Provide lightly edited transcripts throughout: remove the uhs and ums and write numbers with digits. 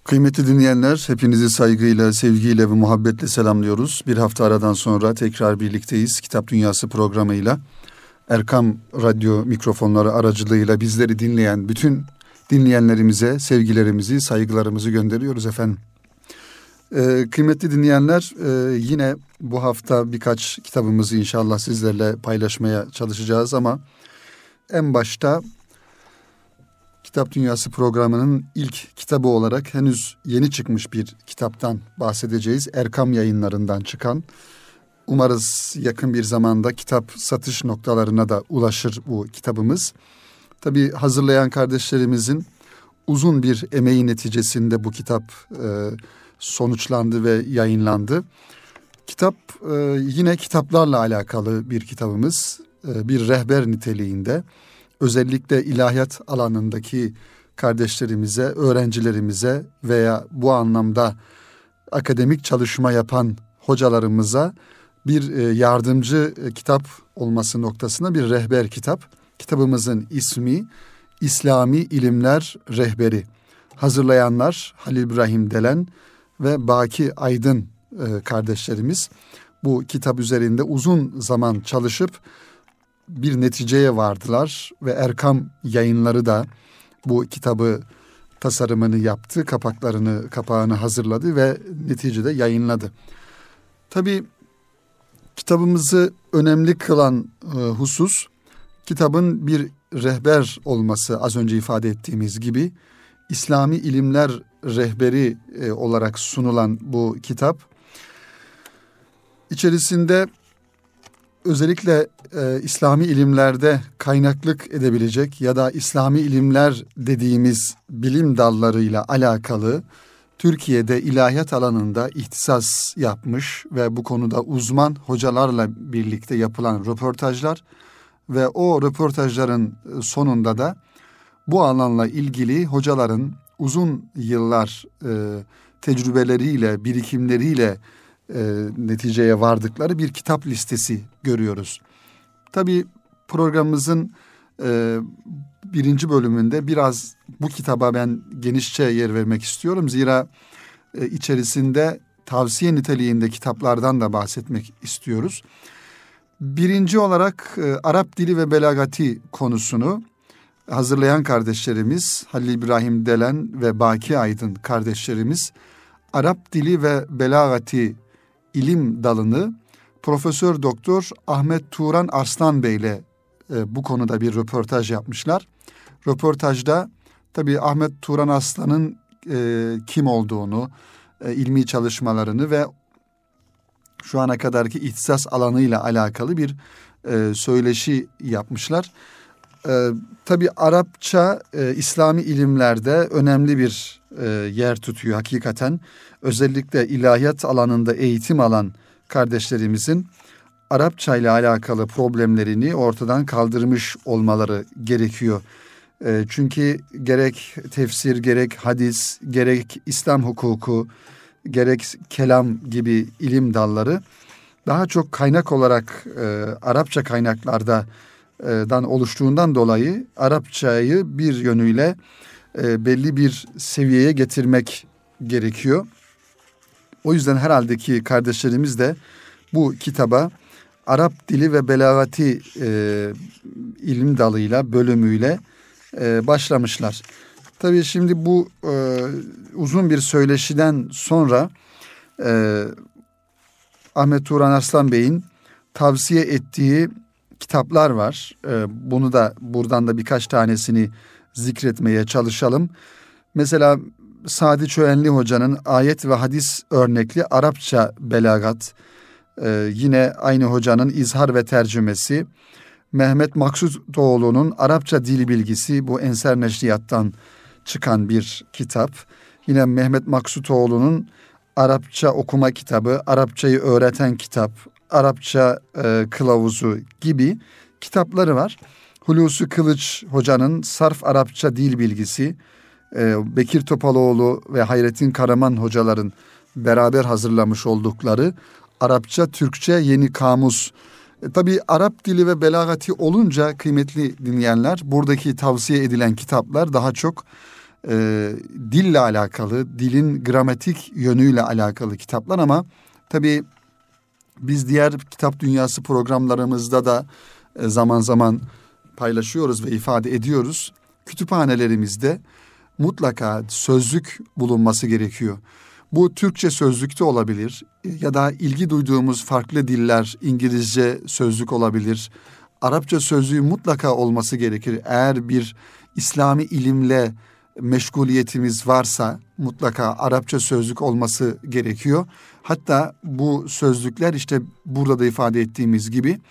Kıymetli dinleyenler, hepinizi saygıyla, sevgiyle ve muhabbetle selamlıyoruz. Bir hafta aradan sonra tekrar birlikteyiz. Kitap Dünyası programıyla Erkam Radyo mikrofonları aracılığıyla bizleri dinleyen bütün dinleyenlerimize sevgilerimizi, saygılarımızı gönderiyoruz efendim. Kıymetli dinleyenler, yine bu hafta birkaç kitabımızı inşallah sizlerle paylaşmaya çalışacağız ama en başta Kitap Dünyası programının ilk kitabı olarak henüz yeni çıkmış bir kitaptan bahsedeceğiz. Erkam Yayınlarından çıkan. Umarız yakın bir zamanda kitap satış noktalarına da ulaşır bu kitabımız. Tabii hazırlayan kardeşlerimizin uzun bir emeği neticesinde bu kitap sonuçlandı ve yayınlandı. Kitap yine kitaplarla alakalı bir kitabımız. Bir rehber niteliğinde. Özellikle ilahiyat alanındaki kardeşlerimize, öğrencilerimize veya bu anlamda akademik çalışma yapan hocalarımıza bir yardımcı kitap olması noktasında bir rehber kitap. Kitabımızın ismi İslami İlimler Rehberi. Hazırlayanlar Halil İbrahim Delen ve Baki Aydın kardeşlerimiz bu kitap üzerinde uzun zaman çalışıp bir neticeye vardılar ve Erkam Yayınları da bu kitabı tasarımını yaptı, kapağını hazırladı ve neticede yayınladı. Tabii kitabımızı önemli kılan husus kitabın bir rehber olması, az önce ifade ettiğimiz gibi İslami İlimler Rehberi olarak sunulan bu kitap içerisinde özellikle İslami ilimlerde kaynaklık edebilecek ya da İslami ilimler dediğimiz bilim dallarıyla alakalı Türkiye'de ilahiyat alanında ihtisas yapmış ve bu konuda uzman hocalarla birlikte yapılan röportajlar ve o röportajların sonunda da bu alanla ilgili hocaların uzun yıllar tecrübeleriyle, birikimleriyle neticeye vardıkları bir kitap listesi görüyoruz. Tabii programımızın birinci bölümünde biraz bu kitaba ben genişçe yer vermek istiyorum. Zira içerisinde tavsiye niteliğinde kitaplardan da bahsetmek istiyoruz. Birinci olarak Arap dili ve belagati konusunu hazırlayan kardeşlerimiz Halil İbrahim Delen ve Baki Aydın kardeşlerimiz Arap dili ve belagati ilim dalını Profesör Doktor Ahmet Turan Arslan Bey ile bu konuda bir röportaj yapmışlar. Röportajda tabii Ahmet Turan Arslan'ın kim olduğunu, ilmi çalışmalarını ve şu ana kadarki ihtisas alanıyla alakalı bir söyleşi yapmışlar. Tabii Arapça İslami ilimlerde önemli bir yer tutuyor hakikaten. Özellikle ilahiyat alanında eğitim alan kardeşlerimizin Arapça ile alakalı problemlerini ortadan kaldırmış olmaları gerekiyor. Çünkü gerek tefsir, gerek hadis, gerek İslam hukuku, gerek kelam gibi ilim dalları daha çok kaynak olarak Arapça kaynaklardan oluştuğundan dolayı Arapçayı bir yönüyle belli bir seviyeye getirmek gerekiyor. O yüzden herhalde ki kardeşlerimiz de bu kitaba Arap dili ve belagati ilim dalıyla, bölümüyle başlamışlar. Tabii şimdi bu uzun bir söyleşiden sonra Ahmet Turan Arslan Bey'in tavsiye ettiği kitaplar var. Bunu da buradan da birkaç tanesini zikretmeye çalışalım. Mesela Sadi Çöğenli Hoca'nın Ayet ve Hadis Örnekli Arapça Belagat, yine aynı hocanın İzhar ve Tercümesi, Mehmet Maksutoğlu'nun Arapça Dil Bilgisi, bu Enser Neşriyat'tan çıkan bir kitap. Yine Mehmet Maksutoğlu'nun Arapça okuma kitabı, Arapçayı öğreten kitap, Arapça kılavuzu gibi kitapları var. Hulusi Kılıç Hoca'nın Sarf Arapça Dil Bilgisi, Bekir Topaloğlu ve Hayrettin Karaman hocaların beraber hazırlamış oldukları Arapça Türkçe Yeni Kamus. Tabii Arap dili ve belagati olunca kıymetli dinleyenler, buradaki tavsiye edilen kitaplar daha çok dille alakalı, dilin gramatik yönüyle alakalı kitaplar ama tabii biz diğer Kitap Dünyası programlarımızda da zaman zaman paylaşıyoruz ve ifade ediyoruz. Kütüphanelerimizde mutlaka sözlük bulunması gerekiyor. Bu Türkçe sözlükte olabilir ya da ilgi duyduğumuz farklı diller, İngilizce sözlük olabilir. Arapça sözlüğü mutlaka olması gerekir. Eğer bir İslami ilimle meşguliyetimiz varsa mutlaka Arapça sözlük olması gerekiyor. Hatta bu sözlükler işte burada da ifade ettiğimiz gibi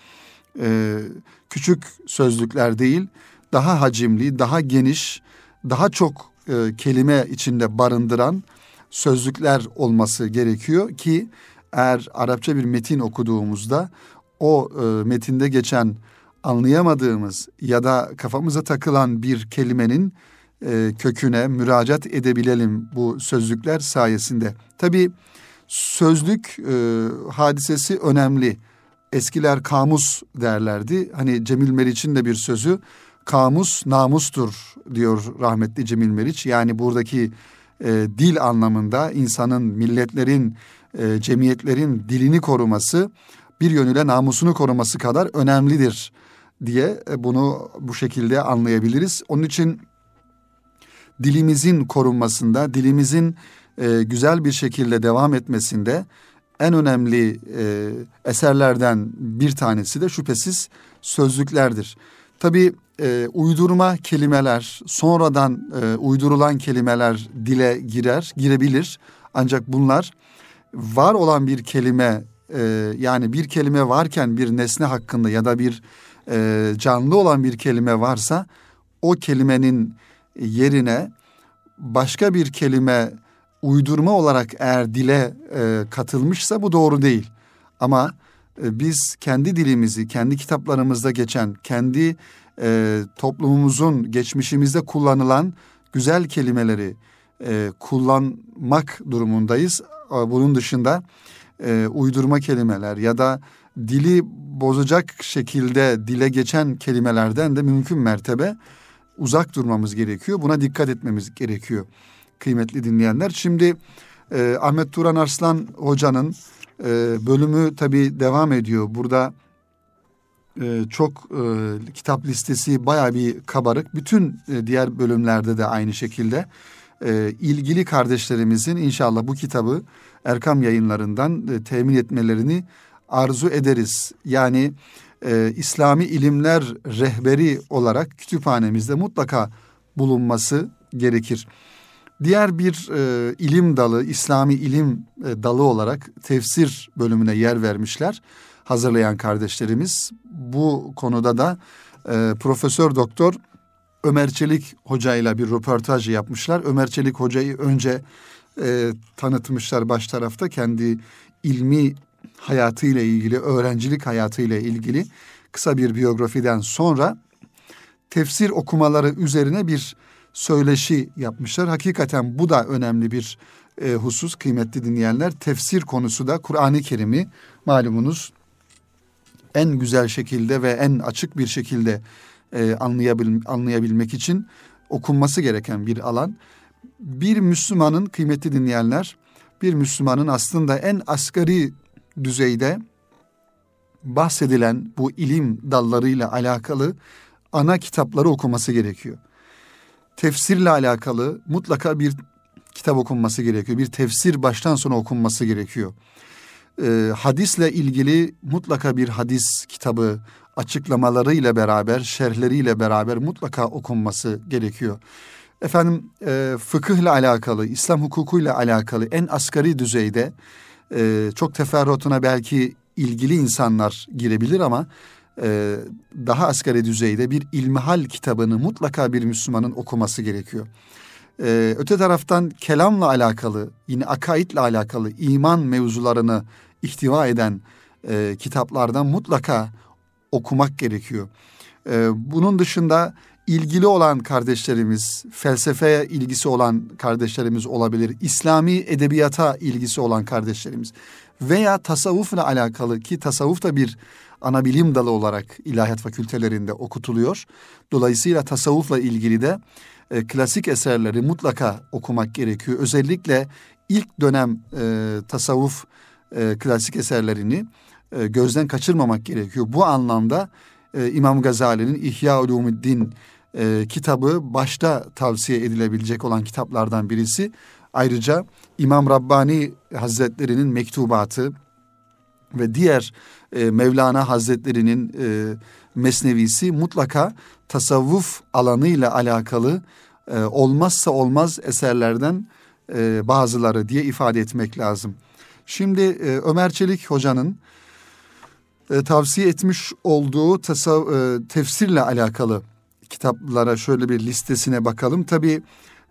küçük sözlükler değil, daha hacimli, daha geniş, daha çok kelime içinde barındıran sözlükler olması gerekiyor ki eğer Arapça bir metin okuduğumuzda o metinde geçen anlayamadığımız ya da kafamıza takılan bir kelimenin köküne müracaat edebilelim bu sözlükler sayesinde. Tabii sözlük hadisesi önemli. Eskiler kamus derlerdi. Hani Cemil Meriç'in de bir sözü, kamus namustur diyor rahmetli Cemil Meriç. Yani buradaki dil anlamında insanın, milletlerin, cemiyetlerin dilini koruması bir yönüyle namusunu koruması kadar önemlidir diye bunu bu şekilde anlayabiliriz. Onun için dilimizin korunmasında, dilimizin güzel bir şekilde devam etmesinde en önemli eserlerden bir tanesi de şüphesiz sözlüklerdir. Tabii uydurma kelimeler, sonradan uydurulan kelimeler dile girebilir. Ancak bunlar var olan bir kelime, yani bir kelime varken bir nesne hakkında ya da bir canlı olan bir kelime varsa o kelimenin yerine başka bir kelime uydurma olarak eğer dile katılmışsa bu doğru değil. Ama biz kendi dilimizi, kendi kitaplarımızda geçen, kendi toplumumuzun geçmişimizde kullanılan güzel kelimeleri kullanmak durumundayız. Bunun dışında uydurma kelimeler ya da dili bozacak şekilde dile geçen kelimelerden de mümkün mertebe uzak durmamız gerekiyor. Buna dikkat etmemiz gerekiyor kıymetli dinleyenler. Şimdi Ahmet Turan Arslan Hoca'nın bölümü tabii devam ediyor. Burada çok kitap listesi bayağı bir kabarık. Bütün diğer bölümlerde de aynı şekilde ilgili kardeşlerimizin inşallah bu kitabı Erkam Yayınları'ndan temin etmelerini arzu ederiz. Yani İslami ilimler rehberi olarak kütüphanemizde mutlaka bulunması gerekir. Diğer bir ilim dalı, İslami ilim dalı olarak tefsir bölümüne yer vermişler hazırlayan kardeşlerimiz. Bu konuda da Profesör Doktor Ömer Çelik Hoca ile bir röportaj yapmışlar. Ömer Çelik Hoca'yı önce tanıtmışlar baş tarafta, kendi ilmi hayatıyla ilgili, öğrencilik hayatıyla ilgili kısa bir biyografiden sonra tefsir okumaları üzerine bir söyleşi yapmışlar. Hakikaten bu da önemli bir husus kıymetli dinleyenler. Tefsir konusu da Kur'an-ı Kerim'i malumunuz en güzel şekilde ve en açık bir şekilde anlayabilmek için okunması gereken bir alan. Bir Müslümanın, kıymetli dinleyenler, bir Müslümanın aslında en asgari düzeyde bahsedilen bu ilim dallarıyla alakalı ana kitapları okuması gerekiyor. Tefsirle alakalı mutlaka bir kitap okunması gerekiyor. Bir tefsir baştan sona okunması gerekiyor. Hadisle ilgili mutlaka bir hadis kitabı açıklamalarıyla beraber, şerhleriyle beraber mutlaka okunması gerekiyor. Efendim fıkıhla alakalı, İslam hukukuyla alakalı en asgari düzeyde çok teferruatına belki ilgili insanlar girebilir ama daha asgari düzeyde bir ilmihal kitabını mutlaka bir Müslümanın okuması gerekiyor. Öte taraftan kelamla alakalı, yine akaidle alakalı iman mevzularını ihtiva eden kitaplardan mutlaka okumak gerekiyor. Bunun dışında ilgili olan kardeşlerimiz, felsefeye ilgisi olan kardeşlerimiz olabilir, İslami edebiyata ilgisi olan kardeşlerimiz veya tasavvufla alakalı, ki tasavvuf da bir ana bilim dalı olarak ilahiyat fakültelerinde okutuluyor. Dolayısıyla tasavvufla ilgili de klasik eserleri mutlaka okumak gerekiyor. Özellikle ilk dönem tasavvuf klasik eserlerini gözden kaçırmamak gerekiyor. Bu anlamda İmam Gazali'nin İhya Ulumuddin kitabı başta tavsiye edilebilecek olan kitaplardan birisi. Ayrıca İmam Rabbani Hazretleri'nin mektubatı ve diğer Mevlana Hazretleri'nin mesnevisi mutlaka tasavvuf alanıyla alakalı olmazsa olmaz eserlerden bazıları diye ifade etmek lazım. Şimdi Ömer Çelik Hoca'nın tavsiye etmiş olduğu tefsirle alakalı kitaplara şöyle bir listesine bakalım. Tabii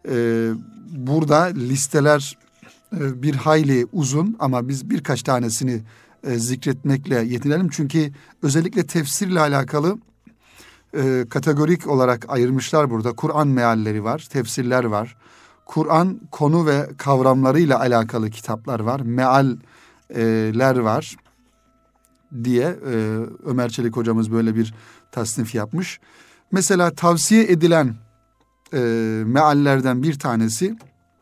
burada listeler bir hayli uzun ama biz birkaç tanesini zikretmekle yetinelim. Çünkü özellikle tefsirle alakalı kategorik olarak ayırmışlar burada. Kur'an mealleri var, tefsirler var. Kur'an konu ve kavramlarıyla alakalı kitaplar var, mealler var diye Ömer Çelik hocamız böyle bir tasnif yapmış. Mesela tavsiye edilen meallerden bir tanesi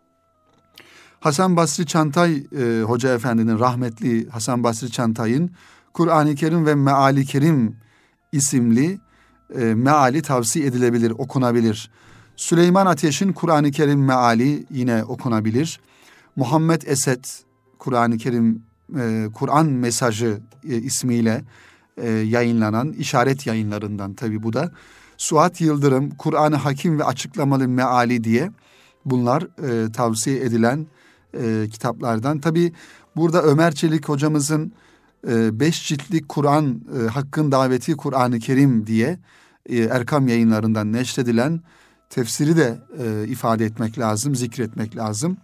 Hasan Basri Çantay Hoca Efendi'nin, rahmetli Hasan Basri Çantay'ın Kur'an-ı Kerim ve Meali Kerim isimli meali tavsiye edilebilir, okunabilir. Süleyman Ateş'in Kur'an-ı Kerim meali yine okunabilir. Muhammed Esed Kur'an-ı Kerim Kur'an mesajı ismiyle yayınlanan işaret yayınlarından tabii bu da. Suat Yıldırım Kur'an-ı Hakim ve Açıklamalı Meali diye bunlar tavsiye edilen kitaplardan. Tabii burada Ömer Çelik hocamızın 5 ciltlik Kur'an Hakkın Daveti Kur'an-ı Kerim diye Erkam Yayınlarından neşredilen tefsiri de ifade etmek lazım, zikretmek lazım.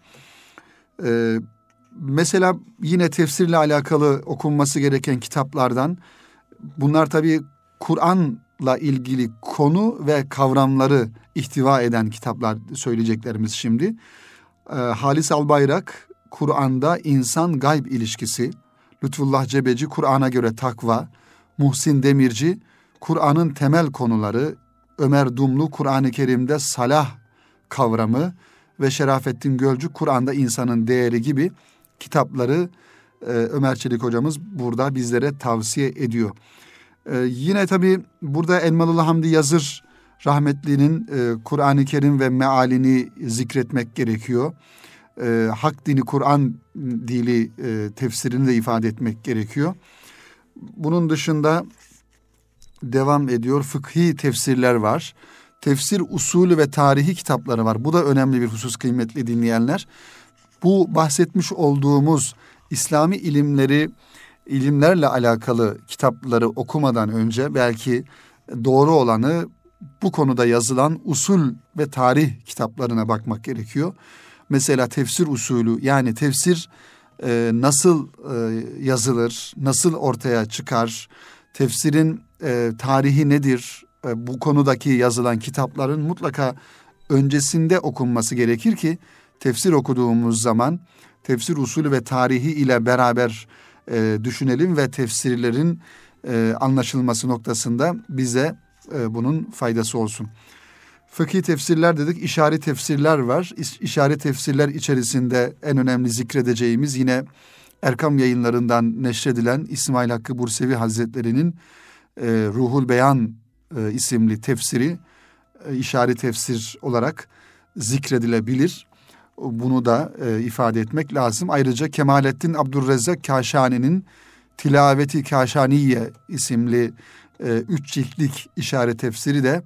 Mesela yine tefsirle alakalı okunması gereken kitaplardan bunlar tabii Kur'an'la ilgili konu ve kavramları ihtiva eden kitaplar söyleyeceklerimiz şimdi. Halis Albayrak Kur'an'da insan gayb ilişkisi, Lütfullah Cebeci Kur'an'a göre takva, Muhsin Demirci Kur'an'ın temel konuları, Ömer Dumlu Kur'an-ı Kerim'de salah kavramı ve Şerafettin Gölcü Kur'an'da insanın değeri gibi kitapları Ömer Çelik hocamız burada bizlere tavsiye ediyor. Yine tabii burada Elmalılı Hamdi Yazır rahmetlinin Kur'an-ı Kerim ve mealini zikretmek gerekiyor. Hak dini Kur'an dili tefsirini de ifade etmek gerekiyor. Bunun dışında devam ediyor. Fıkhi tefsirler var. Tefsir usulü ve tarihi kitapları var. Bu da önemli bir husus kıymetli dinleyenler. Bu bahsetmiş olduğumuz İslami ilimlerle alakalı kitapları okumadan önce belki doğru olanı bu konuda yazılan usul ve tarih kitaplarına bakmak gerekiyor. Mesela tefsir usulü, yani tefsir nasıl yazılır, nasıl ortaya çıkar, tefsirin tarihi nedir, bu konudaki yazılan kitapların mutlaka öncesinde okunması gerekir ki tefsir okuduğumuz zaman tefsir usulü ve tarihi ile beraber düşünelim ve tefsirlerin anlaşılması noktasında bize bunun faydası olsun. Fıkhi tefsirler dedik, işari tefsirler var. İşari tefsirler içerisinde en önemli zikredeceğimiz yine Erkam Yayınlarından neşredilen İsmail Hakkı Bursevi Hazretleri'nin Ruhul Beyan isimli tefsiri işari tefsir olarak zikredilebilir. Bunu da ifade etmek lazım. Ayrıca Kemalettin Abdurrezzak Kaşani'nin Tilaveti Kaşaniye isimli 3 ciltlik işaret tefsiri de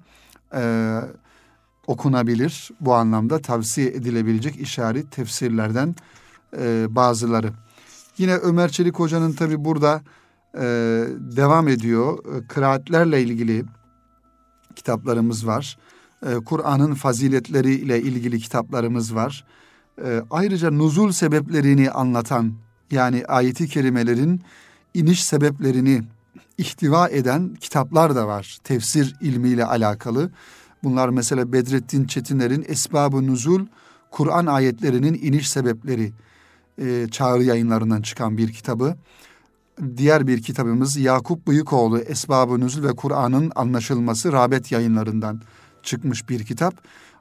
okunabilir. Bu anlamda tavsiye edilebilecek işaret tefsirlerden bazıları. Yine Ömer Çelik Hoca'nın tabi burada devam ediyor. Kıraatlerle ilgili kitaplarımız var. Kur'an'ın faziletleriyle ilgili kitaplarımız var. Ayrıca nuzul sebeplerini anlatan, yani ayeti kerimelerin iniş sebeplerini ihtiva eden kitaplar da var. Tefsir ilmiyle alakalı. Bunlar mesela Bedrettin Çetinler'in Esbab-ı Nuzul, Kur'an ayetlerinin iniş sebepleri Çağrı Yayınlarından çıkan bir kitabı. Diğer bir kitabımız Yakup Bıyıkoğlu Esbab-ı Nuzul ve Kur'an'ın Anlaşılması, Rağbet Yayınlarından çıkmış bir kitap.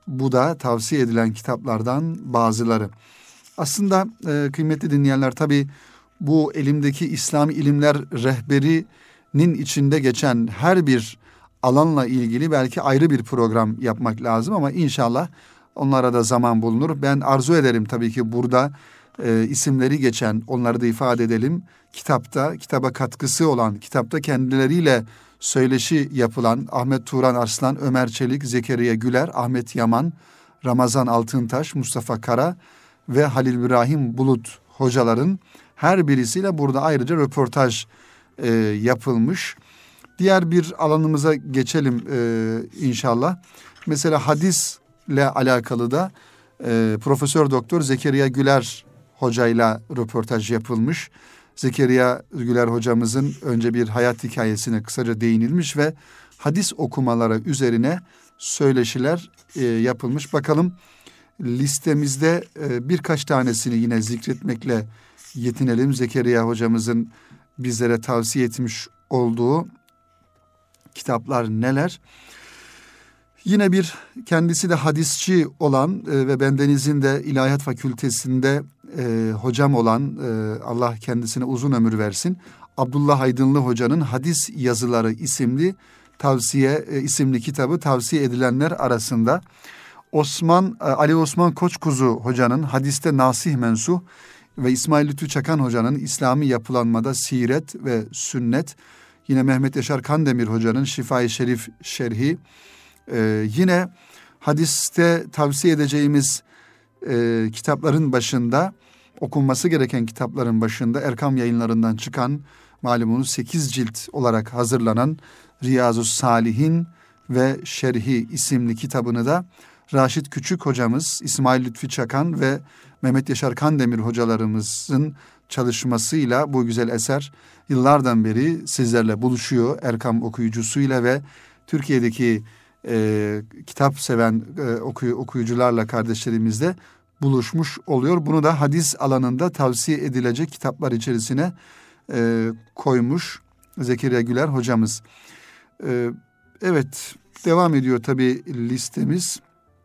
Bu da tavsiye edilen kitaplardan bazıları. Aslında kıymetli dinleyenler, tabii bu elimdeki İslami İlimler Rehberi'nin içinde geçen her bir alanla ilgili belki ayrı bir program yapmak lazım ama inşallah onlara da zaman bulunur. Ben arzu ederim tabii ki burada isimleri geçen, onları da ifade edelim. Kitaba katkısı olan, kitapta kendileriyle söyleşi yapılan Ahmet Turan Arslan, Ömer Çelik, Zekeriya Güler, Ahmet Yaman, Ramazan Altıntaş, Mustafa Kara ve Halil İbrahim Bulut hocaların her birisiyle burada ayrıca röportaj yapılmış. Diğer bir alanımıza geçelim inşallah. Mesela hadisle alakalı da Profesör Doktor Zekeriya Güler hocayla röportaj yapılmış. Zekeriya Güler hocamızın önce bir hayat hikayesine kısaca değinilmiş ve hadis okumaları üzerine söyleşiler yapılmış. Bakalım listemizde birkaç tanesini yine zikretmekle yetinelim. Zekeriya hocamızın bizlere tavsiye etmiş olduğu kitaplar neler? Yine bir kendisi de hadisçi olan ve bendenizin de İlahiyat Fakültesi'nde hocam olan, Allah kendisine uzun ömür versin, Abdullah Aydınlı Hoca'nın Hadis Yazıları isimli kitabı tavsiye edilenler arasında. Ali Osman Koçkuzu Hoca'nın Hadiste Nasih Mensuh ve İsmail Lütfü Çakan Hoca'nın İslami Yapılanmada Siret ve Sünnet, yine Mehmet Yaşar Kandemir Hoca'nın Şifa-i Şerif Şerhi, yine hadiste tavsiye edeceğimiz kitapların başında, okunması gereken kitapların başında Erkam Yayınları'ndan çıkan, malumunuz 8 cilt olarak hazırlanan Riyazu Salihin ve Şerhi isimli kitabını da Raşit Küçük hocamız, İsmail Lütfi Çakan ve Mehmet Yaşar Kandemir hocalarımızın çalışmasıyla bu güzel eser yıllardan beri sizlerle buluşuyor. Erkam okuyucusuyla ve Türkiye'deki kitap seven okuyucularla, kardeşlerimizle buluşmuş oluyor. Bunu da hadis alanında tavsiye edilecek kitaplar içerisine koymuş Zekeriya Güler hocamız. Evet, devam ediyor tabii listemiz.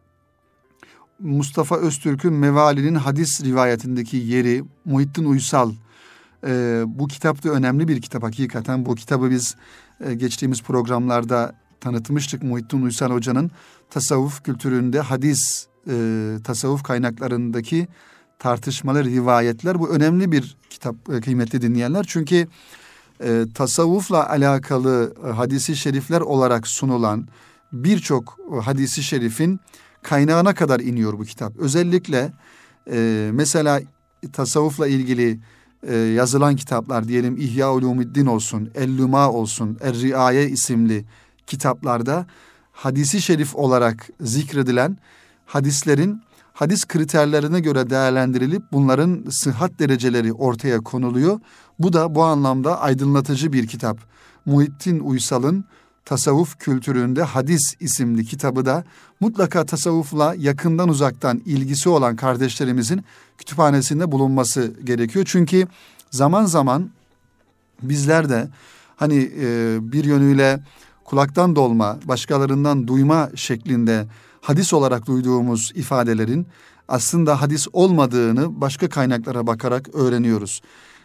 Mustafa Öztürk'ün Mevali'nin hadis rivayetindeki yeri, Muhittin Uysal. Bu kitap da önemli bir kitap hakikaten. Bu kitabı biz geçtiğimiz programlarda tanıtmıştık. Muhittin Uysal Hoca'nın tasavvuf kültüründe hadis, tasavvuf kaynaklarındaki tartışmalar, rivayetler. Bu önemli bir kitap kıymetli dinleyenler. Çünkü tasavvufla alakalı hadisi şerifler olarak sunulan birçok hadisi şerifin kaynağına kadar iniyor bu kitap. Özellikle mesela tasavvufla ilgili yazılan kitaplar, diyelim İhya Ulumuddin olsun, El-Luma olsun, Er-Riaye isimli kitaplarda hadisi şerif olarak zikredilen hadislerin hadis kriterlerine göre değerlendirilip bunların sıhhat dereceleri ortaya konuluyor. Bu da bu anlamda aydınlatıcı bir kitap. Muhittin Uysal'ın Tasavvuf Kültüründe Hadis isimli kitabı da mutlaka tasavvufla yakından uzaktan ilgisi olan kardeşlerimizin kütüphanesinde bulunması gerekiyor. Çünkü zaman zaman bizler de hani bir yönüyle kulaktan dolma, başkalarından duyma şeklinde hadis olarak duyduğumuz ifadelerin aslında hadis olmadığını başka kaynaklara bakarak öğreniyoruz.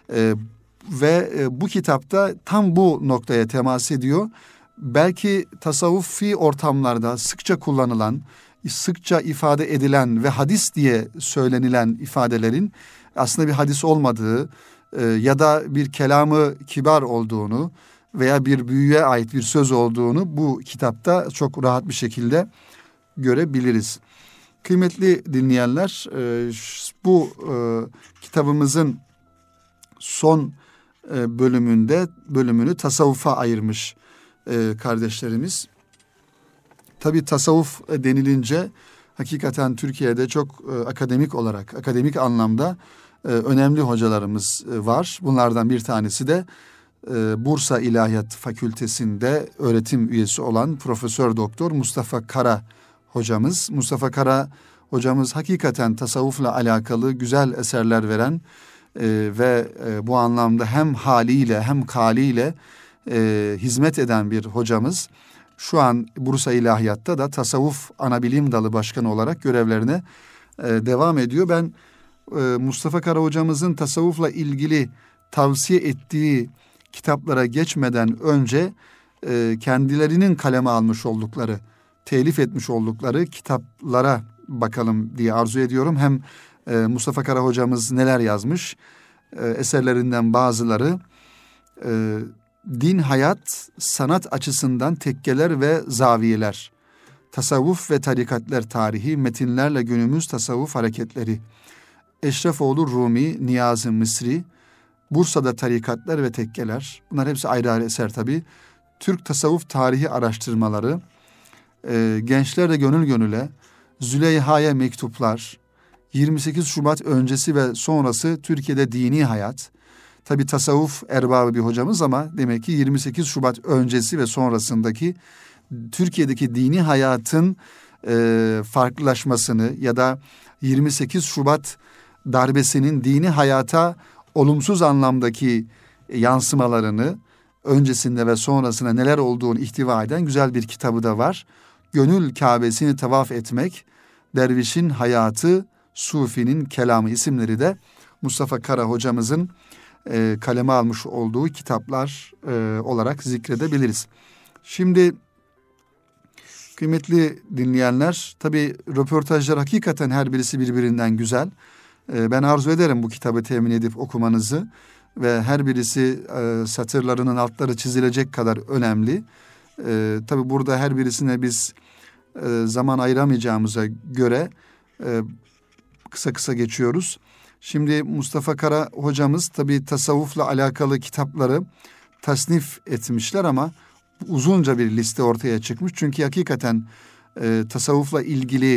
Ve bu kitapta tam bu noktaya temas ediyor. Belki tasavvufi ortamlarda sıkça kullanılan, sıkça ifade edilen ve hadis diye söylenilen ifadelerin aslında bir hadis olmadığı ya da bir kelamı kibar olduğunu veya bir büyüye ait bir söz olduğunu bu kitapta çok rahat bir şekilde görebiliriz. Kıymetli dinleyenler, bu kitabımızın son bölümünü tasavvufa ayırmış kardeşlerimiz. Tabii tasavvuf denilince hakikaten Türkiye'de çok akademik anlamda önemli hocalarımız var. Bunlardan bir tanesi de Bursa İlahiyat Fakültesi'nde öğretim üyesi olan Profesör Doktor Mustafa Kara hocamız. Mustafa Kara hocamız hakikaten tasavvufla alakalı güzel eserler veren ve bu anlamda hem haliyle hem kaliyle hizmet eden bir hocamız. Şu an Bursa İlahiyat'ta da tasavvuf anabilim dalı başkanı olarak görevlerine devam ediyor. Ben Mustafa Kara hocamızın tasavvufla ilgili tavsiye ettiği kitaplara geçmeden önce kendilerinin kaleme almış oldukları, telif etmiş oldukları kitaplara bakalım diye arzu ediyorum. Hem Mustafa Kara hocamız neler yazmış? Eserlerinden bazıları din, hayat, sanat açısından tekkeler ve zaviyeler, tasavvuf ve tarikatler tarihi, metinlerle günümüz tasavvuf hareketleri, Eşrefoğlu Rumi, Niyazi Mısri, Bursa'da tarikatlar ve tekkeler. Bunlar hepsi ayrı ayrı eser tabii. Türk tasavvuf tarihi araştırmaları, Gençlerle Gönül Gönüle, Züleyha'ya mektuplar, 28 Şubat öncesi ve sonrası Türkiye'de dini hayat. Tabii tasavvuf erbabı bir hocamız ama demek ki 28 Şubat öncesi ve sonrasındaki Türkiye'deki dini hayatın farklılaşmasını ya da 28 Şubat darbesinin dini hayata olumsuz anlamdaki yansımalarını, öncesinde ve sonrasında neler olduğunu ihtiva eden güzel bir kitabı da var. Gönül Kâbesini tavaf etmek, dervişin hayatı, sufinin kelamı isimleri de Mustafa Kara hocamızın kaleme almış olduğu kitaplar olarak zikredebiliriz. Şimdi kıymetli dinleyenler, tabii röportajlar hakikaten her birisi birbirinden güzel. Ben arzu ederim bu kitabı temin edip okumanızı ve her birisi satırlarının altları çizilecek kadar önemli. Tabii burada her birisine biz zaman ayıramayacağımıza göre kısa kısa geçiyoruz. Şimdi Mustafa Kara hocamız tabii tasavvufla alakalı kitapları tasnif etmişler ama uzunca bir liste ortaya çıkmış. Çünkü hakikaten tasavvufla ilgili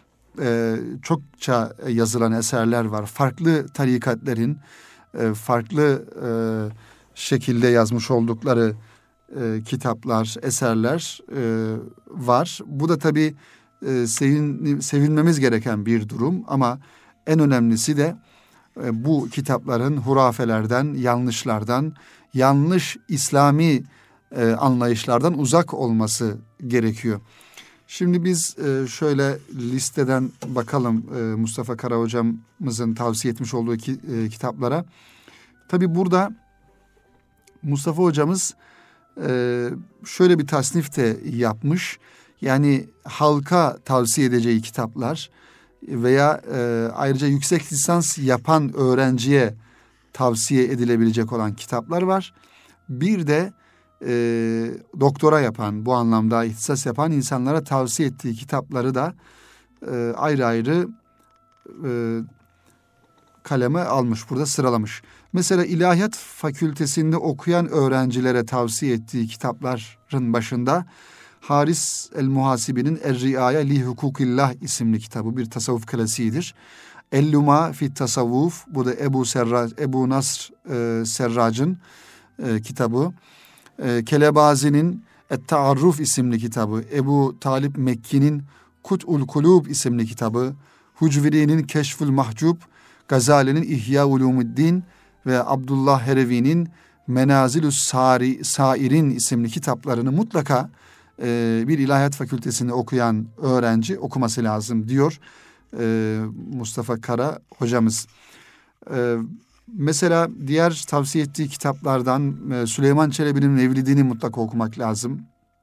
çokça yazılan eserler var. Farklı tarikatlerin farklı şekilde yazmış oldukları kitaplar, eserler var. Bu da tabii sevinmemiz gereken bir durum ama en önemlisi de bu kitapların hurafelerden, yanlışlardan, yanlış İslami anlayışlardan uzak olması gerekiyor. Şimdi biz şöyle listeden bakalım Mustafa Kara hocamızın tavsiye etmiş olduğu kitaplara. Tabii burada Mustafa hocamız şöyle bir tasnif de yapmış. Yani halka tavsiye edeceği kitaplar veya ayrıca yüksek lisans yapan öğrenciye tavsiye edilebilecek olan kitaplar var. Bir de doktora yapan, bu anlamda ihtisas yapan insanlara tavsiye ettiği kitapları da ayrı ayrı kaleme almış, burada sıralamış. Mesela İlahiyat Fakültesinde okuyan öğrencilere tavsiye ettiği kitapların başında Haris el-Muhasibi'nin Er-Riaya li Hukukillah isimli kitabı bir tasavvuf klasiğidir. El-Luma fi Tasavvuf, bu da Ebu Nasr Serrac'ın kitabı. Kelebazi'nin Et-Taarruf isimli kitabı, Ebu Talip Mekki'nin Kut'ul Kulub isimli kitabı, Hucviri'nin Keşful Mahcub, Gazali'nin İhya Ulumuddin ve Abdullah Herevi'nin Menazilus Sairin isimli kitaplarını mutlaka bir ilahiyat fakültesinde okuyan öğrenci okuması lazım diyor Mustafa Kara hocamız. Mesela diğer tavsiye ettiği kitaplardan Süleyman Çelebi'nin Mevlidini mutlaka okumak lazım.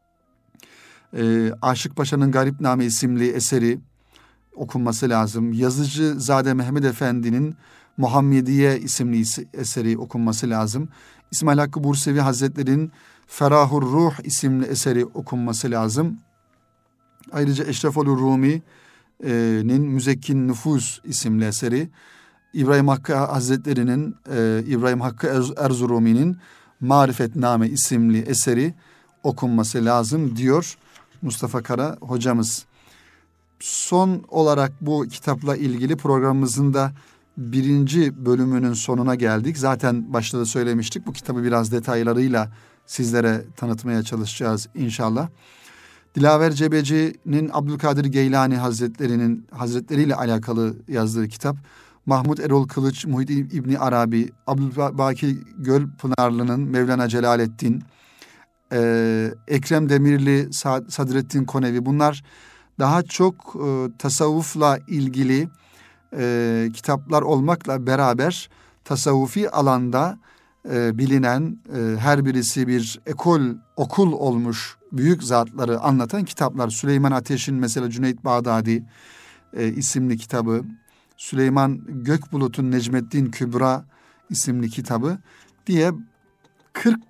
Aşık Paşa'nın Garipname isimli eseri okunması lazım. Yazıcızade Mehmet Efendi'nin Muhammediye isimli eseri okunması lazım. İsmail Hakkı Bursevi Hazretleri'nin Ferahur Ruh isimli eseri okunması lazım. Ayrıca Eşrefoğlu Rumi'nin Müzekkin Nüfus isimli eseri, İbrahim Hakkı Hazretleri'nin İbrahim Hakkı Erzurumi'nin Marifetname isimli eseri okunması lazım diyor Mustafa Kara hocamız. Son olarak bu kitapla ilgili programımızın da 1. bölümünün sonuna geldik. Zaten başta da söylemiştik, bu kitabı biraz detaylarıyla sizlere tanıtmaya çalışacağız inşallah. Dilaver Cebeci'nin Abdülkadir Geylani Hazretleriyle alakalı yazdığı kitap. Mahmud Erol Kılıç, Muhyiddin İbni Arabi, Abdülbaki Gölpınarlı'nın Mevlana Celaleddin, Ekrem Demirli, Sadrettin Konevi, bunlar daha çok tasavvufla ilgili kitaplar olmakla beraber tasavvufi alanda bilinen, her birisi bir okul olmuş büyük zatları anlatan kitaplar. Süleyman Ateş'in mesela Cüneyt Bağdadi isimli kitabı, Süleyman Gökbulut'un Necmettin Kübra isimli kitabı diye 40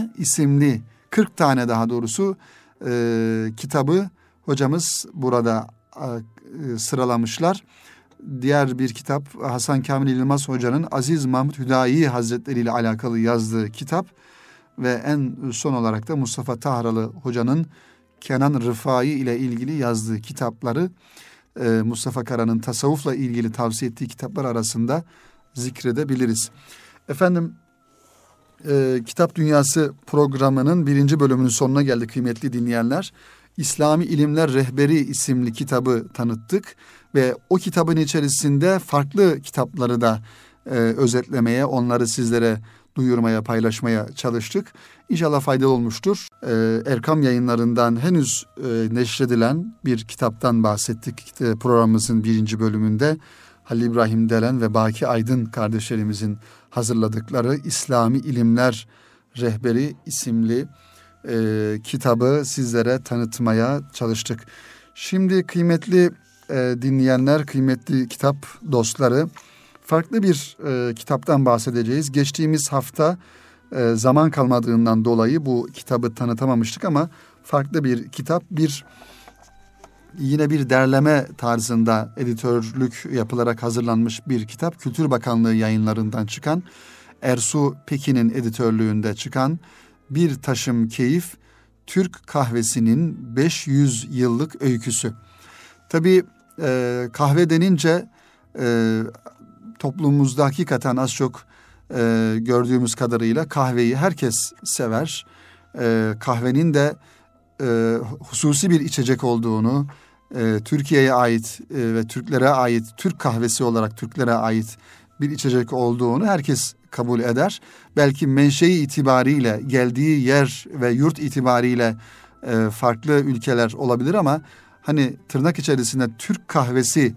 tane daha doğrusu kitabı hocamız burada sıralamışlar. Diğer bir kitap Hasan Kamil Yılmaz Hoca'nın Aziz Mahmud Hüdayi Hazretleri ile alakalı yazdığı kitap ve en son olarak da Mustafa Tahralı Hoca'nın Kenan Rıfai ile ilgili yazdığı kitapları Mustafa Kara'nın tasavvufla ilgili tavsiye ettiği kitaplar arasında zikredebiliriz. Efendim, Kitap Dünyası programının 1. bölümünün sonuna geldik kıymetli dinleyenler. İslami İlimler Rehberi isimli kitabı tanıttık ve o kitabın içerisinde farklı kitapları da özetlemeye, onları sizlere duyurmaya, paylaşmaya çalıştık. İnşallah faydalı olmuştur. Erkam Yayınlarından henüz neşredilen bir kitaptan bahsettik programımızın 1. bölümünde. Halil İbrahim Delen ve Baki Aydın kardeşlerimizin hazırladıkları İslami İlimler Rehberi isimli kitabı sizlere tanıtmaya çalıştık. Şimdi kıymetli dinleyenler, kıymetli kitap dostları, farklı bir kitaptan bahsedeceğiz. Geçtiğimiz hafta zaman kalmadığından dolayı bu kitabı tanıtamamıştık ama farklı bir kitap, yine bir derleme tarzında editörlük yapılarak hazırlanmış bir kitap. Kültür Bakanlığı yayınlarından çıkan, Ersu Pekin'in editörlüğünde çıkan Bir Taşım Keyif, Türk Kahvesi'nin 500 yıllık öyküsü. Tabii kahve denince toplumumuzda hakikaten az çok gördüğümüz kadarıyla kahveyi herkes sever. Kahvenin de hususi bir içecek olduğunu, Türkiye'ye ait ve Türklere ait, Türk kahvesi olarak Türklere ait bir içecek olduğunu herkes kabul eder. Belki menşei itibariyle, geldiği yer ve yurt itibariyle farklı ülkeler olabilir ama hani tırnak içerisinde Türk kahvesi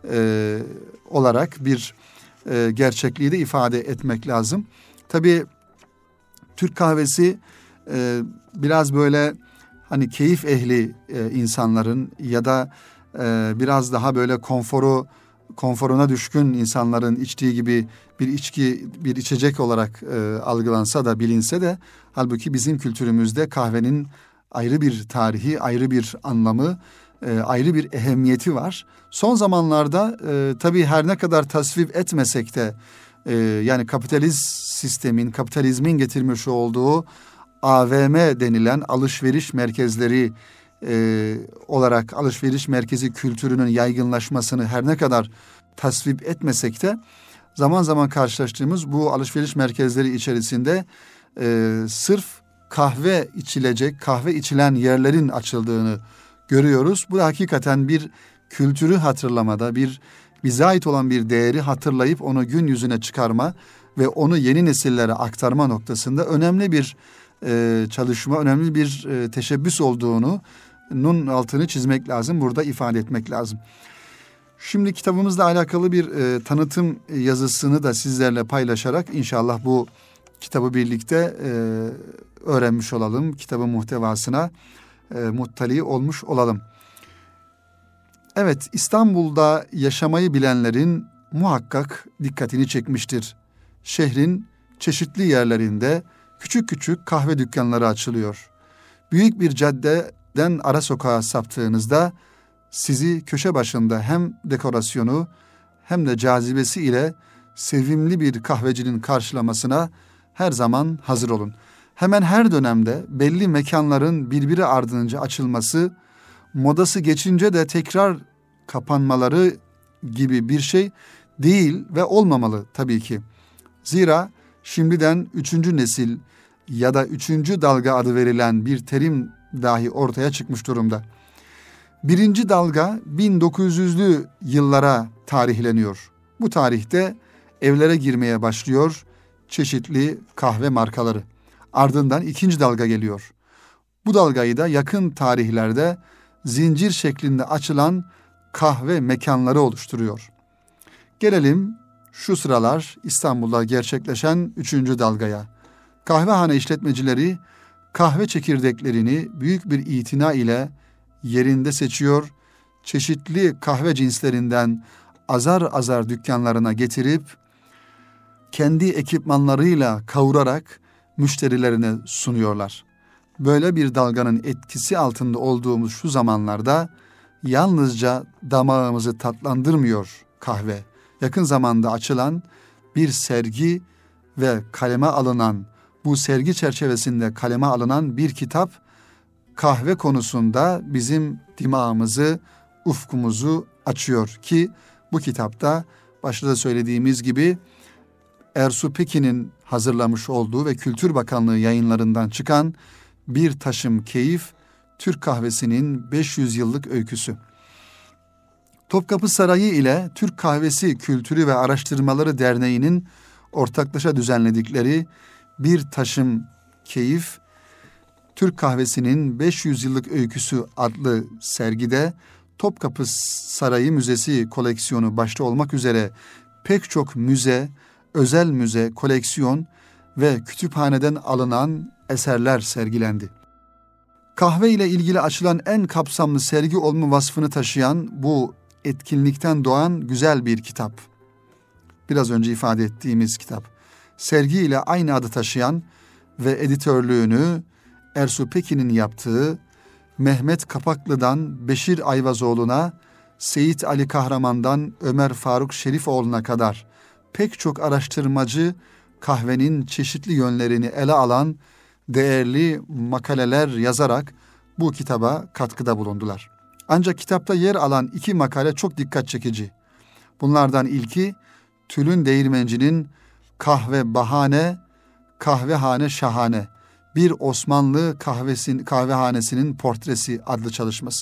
olarak bir gerçekliği de ifade etmek lazım. Tabii Türk kahvesi biraz böyle hani keyif ehli insanların ya da biraz daha böyle konforuna düşkün insanların içtiği gibi bir içecek olarak algılansa da, bilinse de, halbuki bizim kültürümüzde kahvenin ayrı bir tarihi, ayrı bir anlamı, ayrı bir ehemmiyeti var. Son zamanlarda tabii her ne kadar tasvip etmesek de yani kapitalizmin getirmiş olduğu AVM denilen alışveriş merkezleri olarak alışveriş merkezi kültürünün yaygınlaşmasını her ne kadar tasvip etmesek de zaman zaman karşılaştığımız bu alışveriş merkezleri içerisinde sırf kahve içilen yerlerin açıldığını görüyoruz. Bu da hakikaten bir kültürü hatırlamada, bize ait olan bir değeri hatırlayıp onu gün yüzüne çıkarma ve onu yeni nesillere aktarma noktasında önemli bir çalışma, önemli bir teşebbüs olduğunun altını çizmek lazım, burada ifade etmek lazım. Şimdi kitabımızla alakalı bir tanıtım yazısını da sizlerle paylaşarak inşallah bu kitabı birlikte öğrenmiş olalım. Kitabın muhtevasına muttali olmuş olalım. Evet, İstanbul'da yaşamayı bilenlerin muhakkak dikkatini çekmiştir. Şehrin çeşitli yerlerinde küçük küçük kahve dükkanları açılıyor. Büyük bir caddeden ara sokağa saptığınızda sizi köşe başında hem dekorasyonu hem de cazibesi ile sevimli bir kahvecinin karşılamasına her zaman hazır olun. Hemen her dönemde belli mekanların birbiri ardınca açılması, modası geçince de tekrar kapanmaları gibi bir şey değil ve olmamalı tabii ki. Zira şimdiden 3. nesil ya da 3. dalga adı verilen bir terim dahi ortaya çıkmış durumda. 1. dalga 1900'lü yıllara tarihleniyor. Bu tarihte evlere girmeye başlıyor çeşitli kahve markaları. Ardından 2. dalga geliyor. Bu dalgayı da yakın tarihlerde zincir şeklinde açılan kahve mekanları oluşturuyor. Gelelim şu sıralar İstanbul'da gerçekleşen 3. dalgaya. Kahvehane işletmecileri kahve çekirdeklerini büyük bir itina ile yerinde seçiyor, çeşitli kahve cinslerinden azar azar dükkanlarına getirip kendi ekipmanlarıyla kavurarak müşterilerine sunuyorlar. Böyle bir dalganın etkisi altında olduğumuz şu zamanlarda yalnızca damağımızı tatlandırmıyor kahve. Yakın zamanda açılan bir sergi ve kaleme alınan, bu sergi çerçevesinde kaleme alınan bir kitap kahve konusunda bizim dimağımızı, ufkumuzu açıyor ki bu kitapta başta da söylediğimiz gibi Ersu Pekin'in hazırlamış olduğu ve Kültür Bakanlığı yayınlarından çıkan Bir Taşım Keyif, Türk kahvesinin 500 yıllık öyküsü. Topkapı Sarayı ile Türk Kahvesi Kültürü ve Araştırmaları Derneği'nin ortaklaşa düzenledikleri Bir Taşım Keyif, Türk Kahvesi'nin 500 yıllık öyküsü adlı sergide Topkapı Sarayı Müzesi koleksiyonu başta olmak üzere pek çok müze, özel müze, koleksiyon ve kütüphaneden alınan eserler sergilendi. Kahve ile ilgili açılan en kapsamlı sergi olma vasfını taşıyan bu etkinlikten doğan güzel bir kitap. Biraz önce ifade ettiğimiz kitap. Sergi ile aynı adı taşıyan ve editörlüğünü Ersu Pekin'in yaptığı Mehmet Kapaklı'dan Beşir Ayvazoğlu'na, Seyit Ali Kahraman'dan Ömer Faruk Şerifoğlu'na kadar pek çok araştırmacı kahvenin çeşitli yönlerini ele alan değerli makaleler yazarak bu kitaba katkıda bulundular. Ancak kitapta yer alan 2 makale çok dikkat çekici. Bunlardan ilki Tülün Değirmenci'nin Kahve Bahane, Kahvehane Şahane, Bir Osmanlı Kahvehanesinin Portresi adlı çalışması.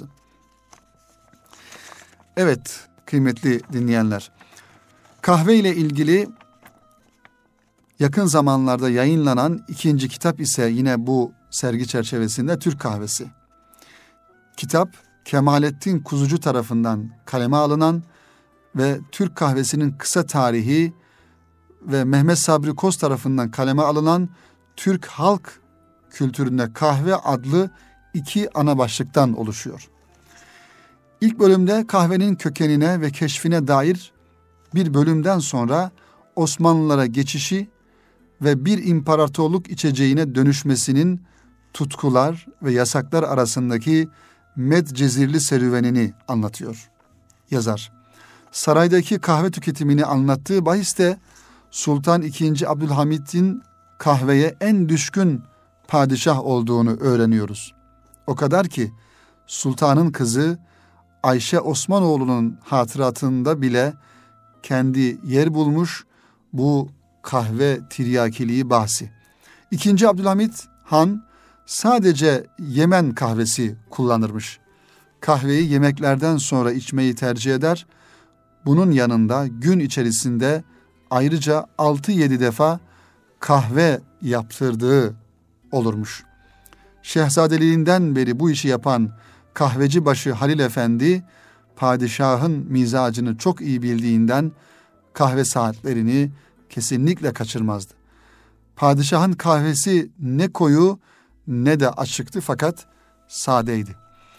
Evet kıymetli dinleyenler, kahve ile ilgili yakın zamanlarda yayınlanan 2. kitap ise yine bu sergi çerçevesinde Türk Kahvesi. Kitap Kemalettin Kuzucu tarafından kaleme alınan ve Türk kahvesinin kısa tarihi ve Mehmet Sabri Koz tarafından kaleme alınan Türk halk kültüründe kahve adlı 2 ana başlıktan oluşuyor. İlk bölümde kahvenin kökenine ve keşfine dair bir bölümden sonra Osmanlılara geçişi ve bir imparatorluk içeceğine dönüşmesinin tutkular ve yasaklar arasındaki medcezirli serüvenini anlatıyor yazar. Saraydaki kahve tüketimini anlattığı bahiste Sultan II. Abdülhamid'in kahveye en düşkün padişah olduğunu öğreniyoruz. O kadar ki sultanın kızı Ayşe Osmanoğlu'nun hatıratında bile kendi yer bulmuş bu kahve tiryakiliği bahsi. II. Abdülhamid Han sadece Yemen kahvesi kullanırmış. Kahveyi yemeklerden sonra içmeyi tercih eder. Bunun yanında gün içerisinde ayrıca 6-7 defa kahve yaptırdığı olurmuş. Şehzadeliğinden beri bu işi yapan kahveci başı Halil Efendi, padişahın mizacını çok iyi bildiğinden kahve saatlerini kesinlikle kaçırmazdı. Padişahın kahvesi ne koyu ne de açıktı fakat sadeydi.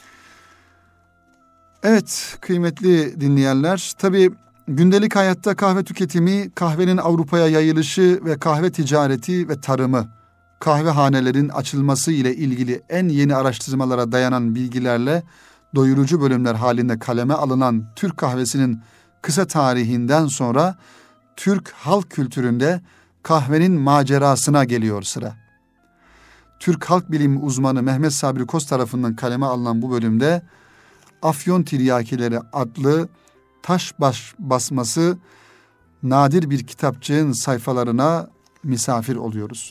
Evet kıymetli dinleyenler, tabii gündelik hayatta kahve tüketimi, kahvenin Avrupa'ya yayılışı ve kahve ticareti ve tarımı, kahvehanelerin açılması ile ilgili en yeni araştırmalara dayanan bilgilerle doyurucu bölümler halinde kaleme alınan Türk kahvesinin kısa tarihinden sonra Türk halk kültüründe kahvenin macerasına geliyor sıra. Türk halk bilimi uzmanı Mehmet Sabri Koz tarafından kaleme alınan bu bölümde Afyon Tiryakileri adlı taş basması nadir bir kitapçığın sayfalarına misafir oluyoruz.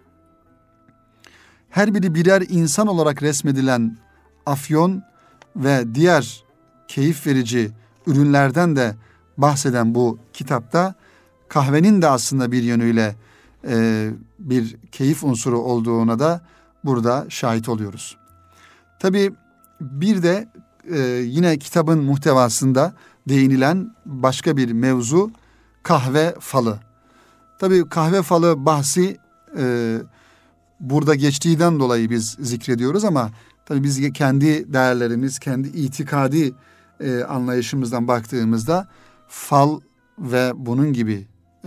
Her biri birer insan olarak resmedilen afyon ve diğer keyif verici ürünlerden de bahseden bu kitapta kahvenin de aslında bir yönüyle bir keyif unsuru olduğuna da burada şahit oluyoruz. Tabii bir de yine kitabın muhtevasında değinilen başka bir mevzu kahve falı. Tabii kahve falı bahsi burada geçtiğinden dolayı biz zikrediyoruz ama tabii biz kendi değerlerimiz, kendi itikadi anlayışımızdan baktığımızda fal ve bunun gibi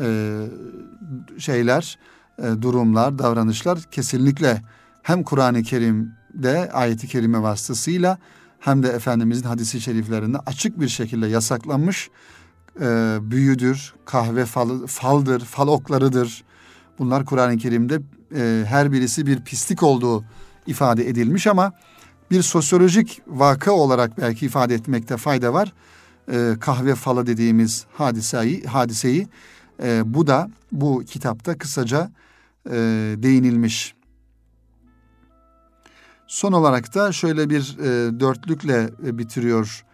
şeyler, durumlar, davranışlar kesinlikle hem Kur'an-ı Kerim'de ayet-i kerime vasıtasıyla hem de Efendimizin hadisi şeriflerinde açık bir şekilde yasaklanmış büyüdür, kahve falı, faldır, fal oklarıdır. Bunlar Kur'an-ı Kerim'de her birisi bir pislik olduğu ifade edilmiş ama bir sosyolojik vaka olarak belki ifade etmekte fayda var. Kahve falı dediğimiz hadiseyi bu da bu kitapta kısaca değinilmiş. Son olarak da şöyle bir dörtlükle bitiriyoruz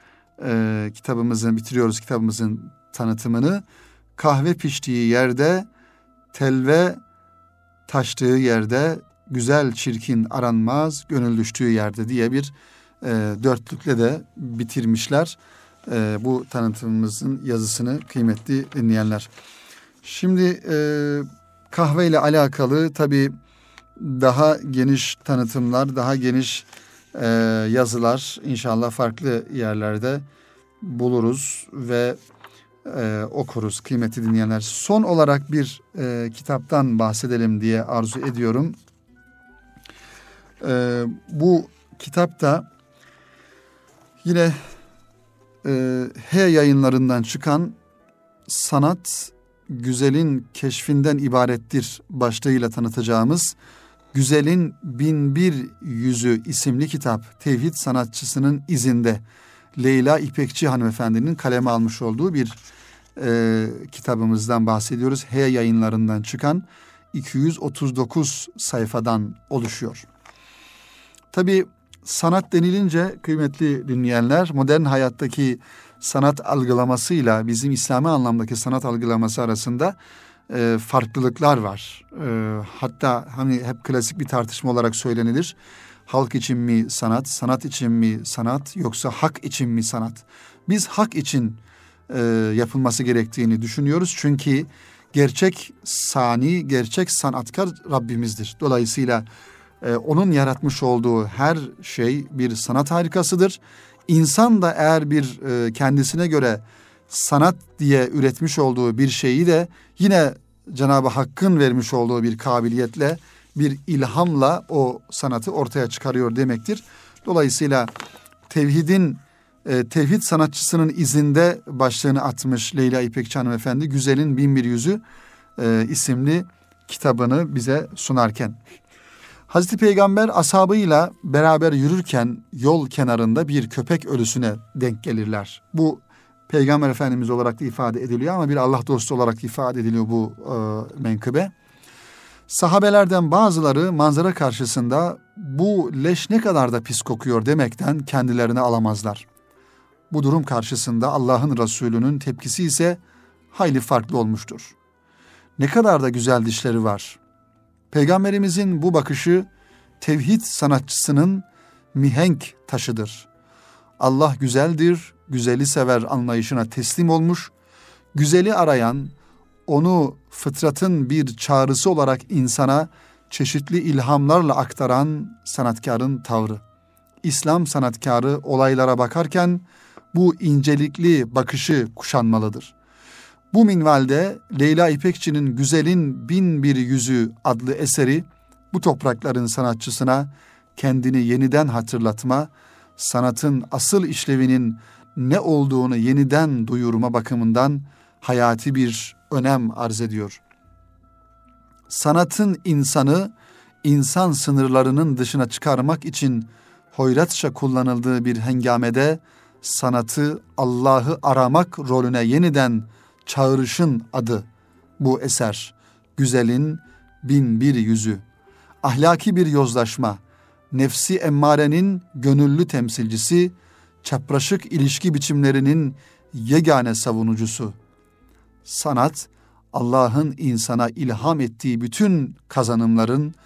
kitabımızın tanıtımını. Kahve piştiği yerde, telve taştığı yerde, güzel çirkin aranmaz, gönül düştüğü yerde diye bir dörtlükle de bitirmişler bu tanıtımımızın yazısını kıymetli dinleyenler. Şimdi kahve ile alakalı tabii daha geniş tanıtımlar, daha geniş yazılar inşallah farklı yerlerde buluruz ve okuruz kıymetli dinleyenler. Son olarak bir kitaptan bahsedelim diye arzu ediyorum. Bu kitapta yine H yayınlarından çıkan Sanat Güzelin Keşfinden İbarettir başlığıyla tanıtacağımız Güzelin Binbir Yüzü isimli kitap, tevhid sanatçısının izinde Leyla İpekçi hanımefendinin kaleme almış olduğu bir kitabımızdan bahsediyoruz. H yayınlarından çıkan 239 sayfadan oluşuyor. Tabii sanat denilince kıymetli dinleyenler, modern hayattaki sanat algılamasıyla bizim İslami anlamdaki sanat algılaması arasında farklılıklar var. Hatta hani hep klasik bir tartışma olarak söylenilir. Halk için mi sanat, sanat için mi sanat, yoksa hak için mi sanat? Biz hak için yapılması gerektiğini düşünüyoruz. Çünkü gerçek sani, gerçek sanatkar Rabbimizdir. Dolayısıyla onun yaratmış olduğu her şey bir sanat harikasıdır. İnsan da eğer bir kendisine göre sanat diye üretmiş olduğu bir şeyi de yine Cenab-ı Hakk'ın vermiş olduğu bir kabiliyetle, bir ilhamla o sanatı ortaya çıkarıyor demektir. Dolayısıyla tevhid sanatçısının izinde başlığını atmış Leyla İpekçi hanımefendi Güzelin Binbir Yüzü isimli kitabını bize sunarken. Hazreti Peygamber ashabıyla beraber yürürken yol kenarında bir köpek ölüsüne denk gelirler. Bu Peygamber Efendimiz olarak da ifade ediliyor ama bir Allah dostu olarak ifade ediliyor bu menkıbe. Sahabelerden bazıları manzara karşısında bu leş ne kadar da pis kokuyor demekten kendilerini alamazlar. Bu durum karşısında Allah'ın Resulü'nün tepkisi ise hayli farklı olmuştur. Ne kadar da güzel dişleri var. Peygamberimizin bu bakışı tevhid sanatçısının mihenk taşıdır. Allah güzeldir, güzeli sever anlayışına teslim olmuş, güzeli arayan, onu fıtratın bir çağrısı olarak insana çeşitli ilhamlarla aktaran sanatkarın tavrı. İslam sanatkarı olaylara bakarken bu incelikli bakışı kuşanmalıdır. Bu minvalde Leyla İpekçi'nin Güzelin Binbir Yüzü adlı eseri bu toprakların sanatçısına kendini yeniden hatırlatma, sanatın asıl işlevinin ne olduğunu yeniden duyurma bakımından hayati bir önem arz ediyor. Sanatın insanı insan sınırlarının dışına çıkarmak için hoyratça kullanıldığı bir hengamede sanatı Allah'ı aramak rolüne yeniden çağrışın adı bu eser. Güzelin Binbir Yüzü. Ahlaki bir yozlaşma, nefsi emmarenin gönüllü temsilcisi, çapraşık ilişki biçimlerinin yegane savunucusu. Sanat, Allah'ın insana ilham ettiği bütün kazanımların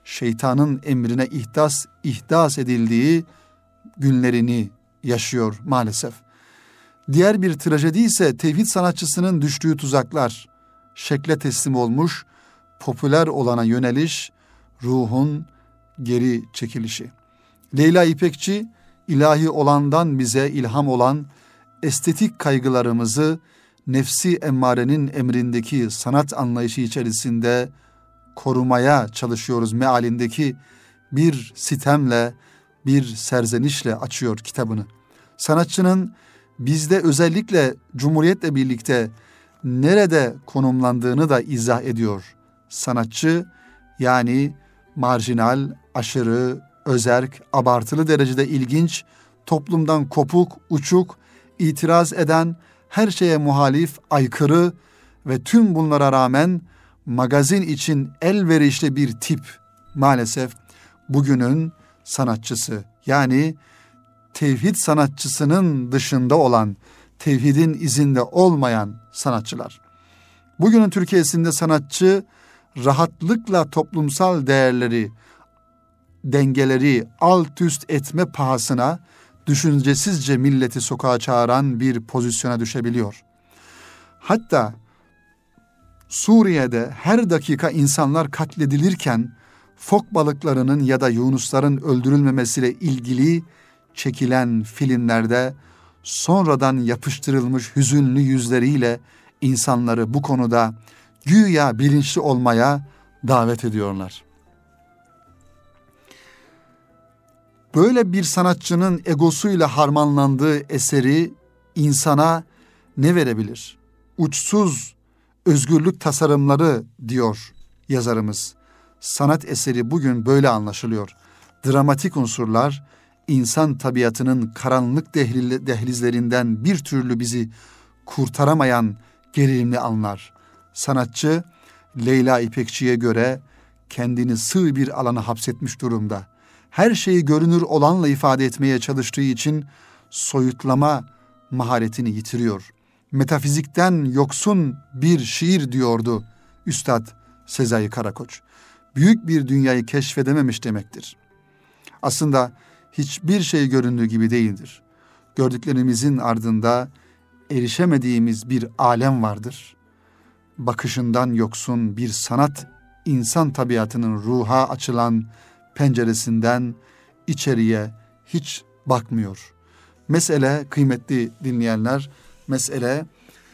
şeytanın emrine ihdas edildiği günlerini yaşıyor maalesef. Diğer bir trajedi ise tevhid sanatçısının düştüğü tuzaklar, şekle teslim olmuş, popüler olana yöneliş, ruhun geri çekilişi. Leyla İpekçi, ilahi olandan bize ilham olan estetik kaygılarımızı nefsi emmarenin emrindeki sanat anlayışı içerisinde korumaya çalışıyoruz mealindeki bir sitemle, bir serzenişle açıyor kitabını. Sanatçının bizde özellikle Cumhuriyet'le birlikte nerede konumlandığını da izah ediyor. Sanatçı yani marjinal, aşırı, özerk, abartılı derecede ilginç, toplumdan kopuk, uçuk, itiraz eden, her şeye muhalif, aykırı ve tüm bunlara rağmen magazin için elverişli bir tip maalesef bugünün sanatçısı. Yani tevhid sanatçısının dışında olan, tevhidin izinde olmayan sanatçılar. Bugünün Türkiye'sinde sanatçı rahatlıkla toplumsal değerleri, dengeleri alt üst etme pahasına düşüncesizce milleti sokağa çağıran bir pozisyona düşebiliyor. Hatta Suriye'de her dakika insanlar katledilirken fok balıklarının ya da yunusların öldürülmemesiyle ilgili çekilen filmlerde sonradan yapıştırılmış hüzünlü yüzleriyle insanları bu konuda güya bilinçli olmaya davet ediyorlar. Böyle bir sanatçının egosuyla harmanlandığı eseri insana ne verebilir? Uçsuz özgürlük tasarımları diyor yazarımız. Sanat eseri bugün böyle anlaşılıyor. Dramatik unsurlar, insan tabiatının karanlık dehlizlerinden bir türlü bizi kurtaramayan gerilimli anlar. Sanatçı Leyla İpekçi'ye göre kendini sığ bir alana hapsetmiş durumda. Her şeyi görünür olanla ifade etmeye çalıştığı için soyutlama maharetini yitiriyor. Metafizikten yoksun bir şiir diyordu Üstad Sezai Karakoç. Büyük bir dünyayı keşfedememiş demektir. Aslında hiçbir şey göründüğü gibi değildir. Gördüklerimizin ardında erişemediğimiz bir alem vardır. Bakışından yoksun bir sanat, insan tabiatının ruha açılan penceresinden içeriye hiç bakmıyor. Mesele, kıymetli dinleyenler, mesele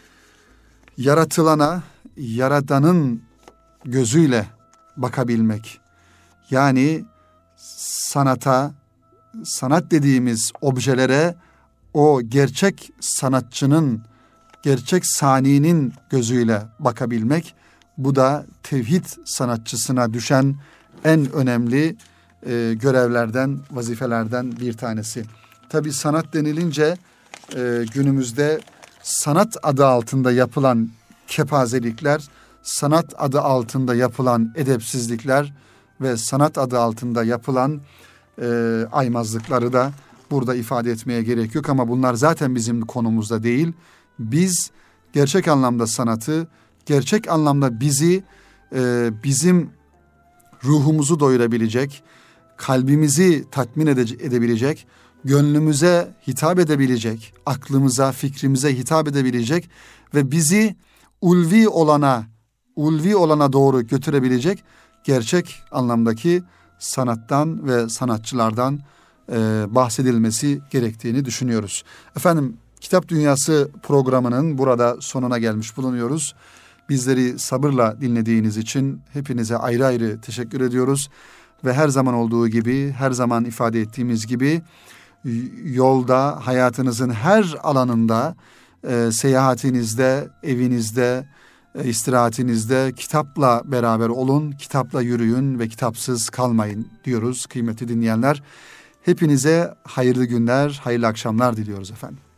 yaratılana, Yaradan'ın gözüyle bakabilmek. Yani sanata, sanat dediğimiz objelere o gerçek sanatçının, gerçek saninin gözüyle bakabilmek. Bu da tevhid sanatçısına düşen en önemli görevlerden, vazifelerden bir tanesi. Tabii sanat denilince günümüzde sanat adı altında yapılan kepazelikler, sanat adı altında yapılan edepsizlikler ve sanat adı altında yapılan aymazlıkları da burada ifade etmeye gerek yok. Ama bunlar zaten bizim konumuzda değil. Biz gerçek anlamda sanatı, gerçek anlamda bizi, bizim ruhumuzu doyurabilecek, kalbimizi tatmin edebilecek, gönlümüze hitap edebilecek, aklımıza, fikrimize hitap edebilecek ve bizi ulvi olana doğru götürebilecek gerçek anlamdaki sanattan ve sanatçılardan bahsedilmesi gerektiğini düşünüyoruz. Efendim, Kitap Dünyası programının burada sonuna gelmiş bulunuyoruz. Bizleri sabırla dinlediğiniz için hepinize ayrı ayrı teşekkür ediyoruz. Ve her zaman olduğu gibi, her zaman ifade ettiğimiz gibi yolda, hayatınızın her alanında, seyahatinizde, evinizde, istirahatinizde kitapla beraber olun, kitapla yürüyün ve kitapsız kalmayın diyoruz kıymetli dinleyenler. Hepinize hayırlı günler, hayırlı akşamlar diliyoruz efendim.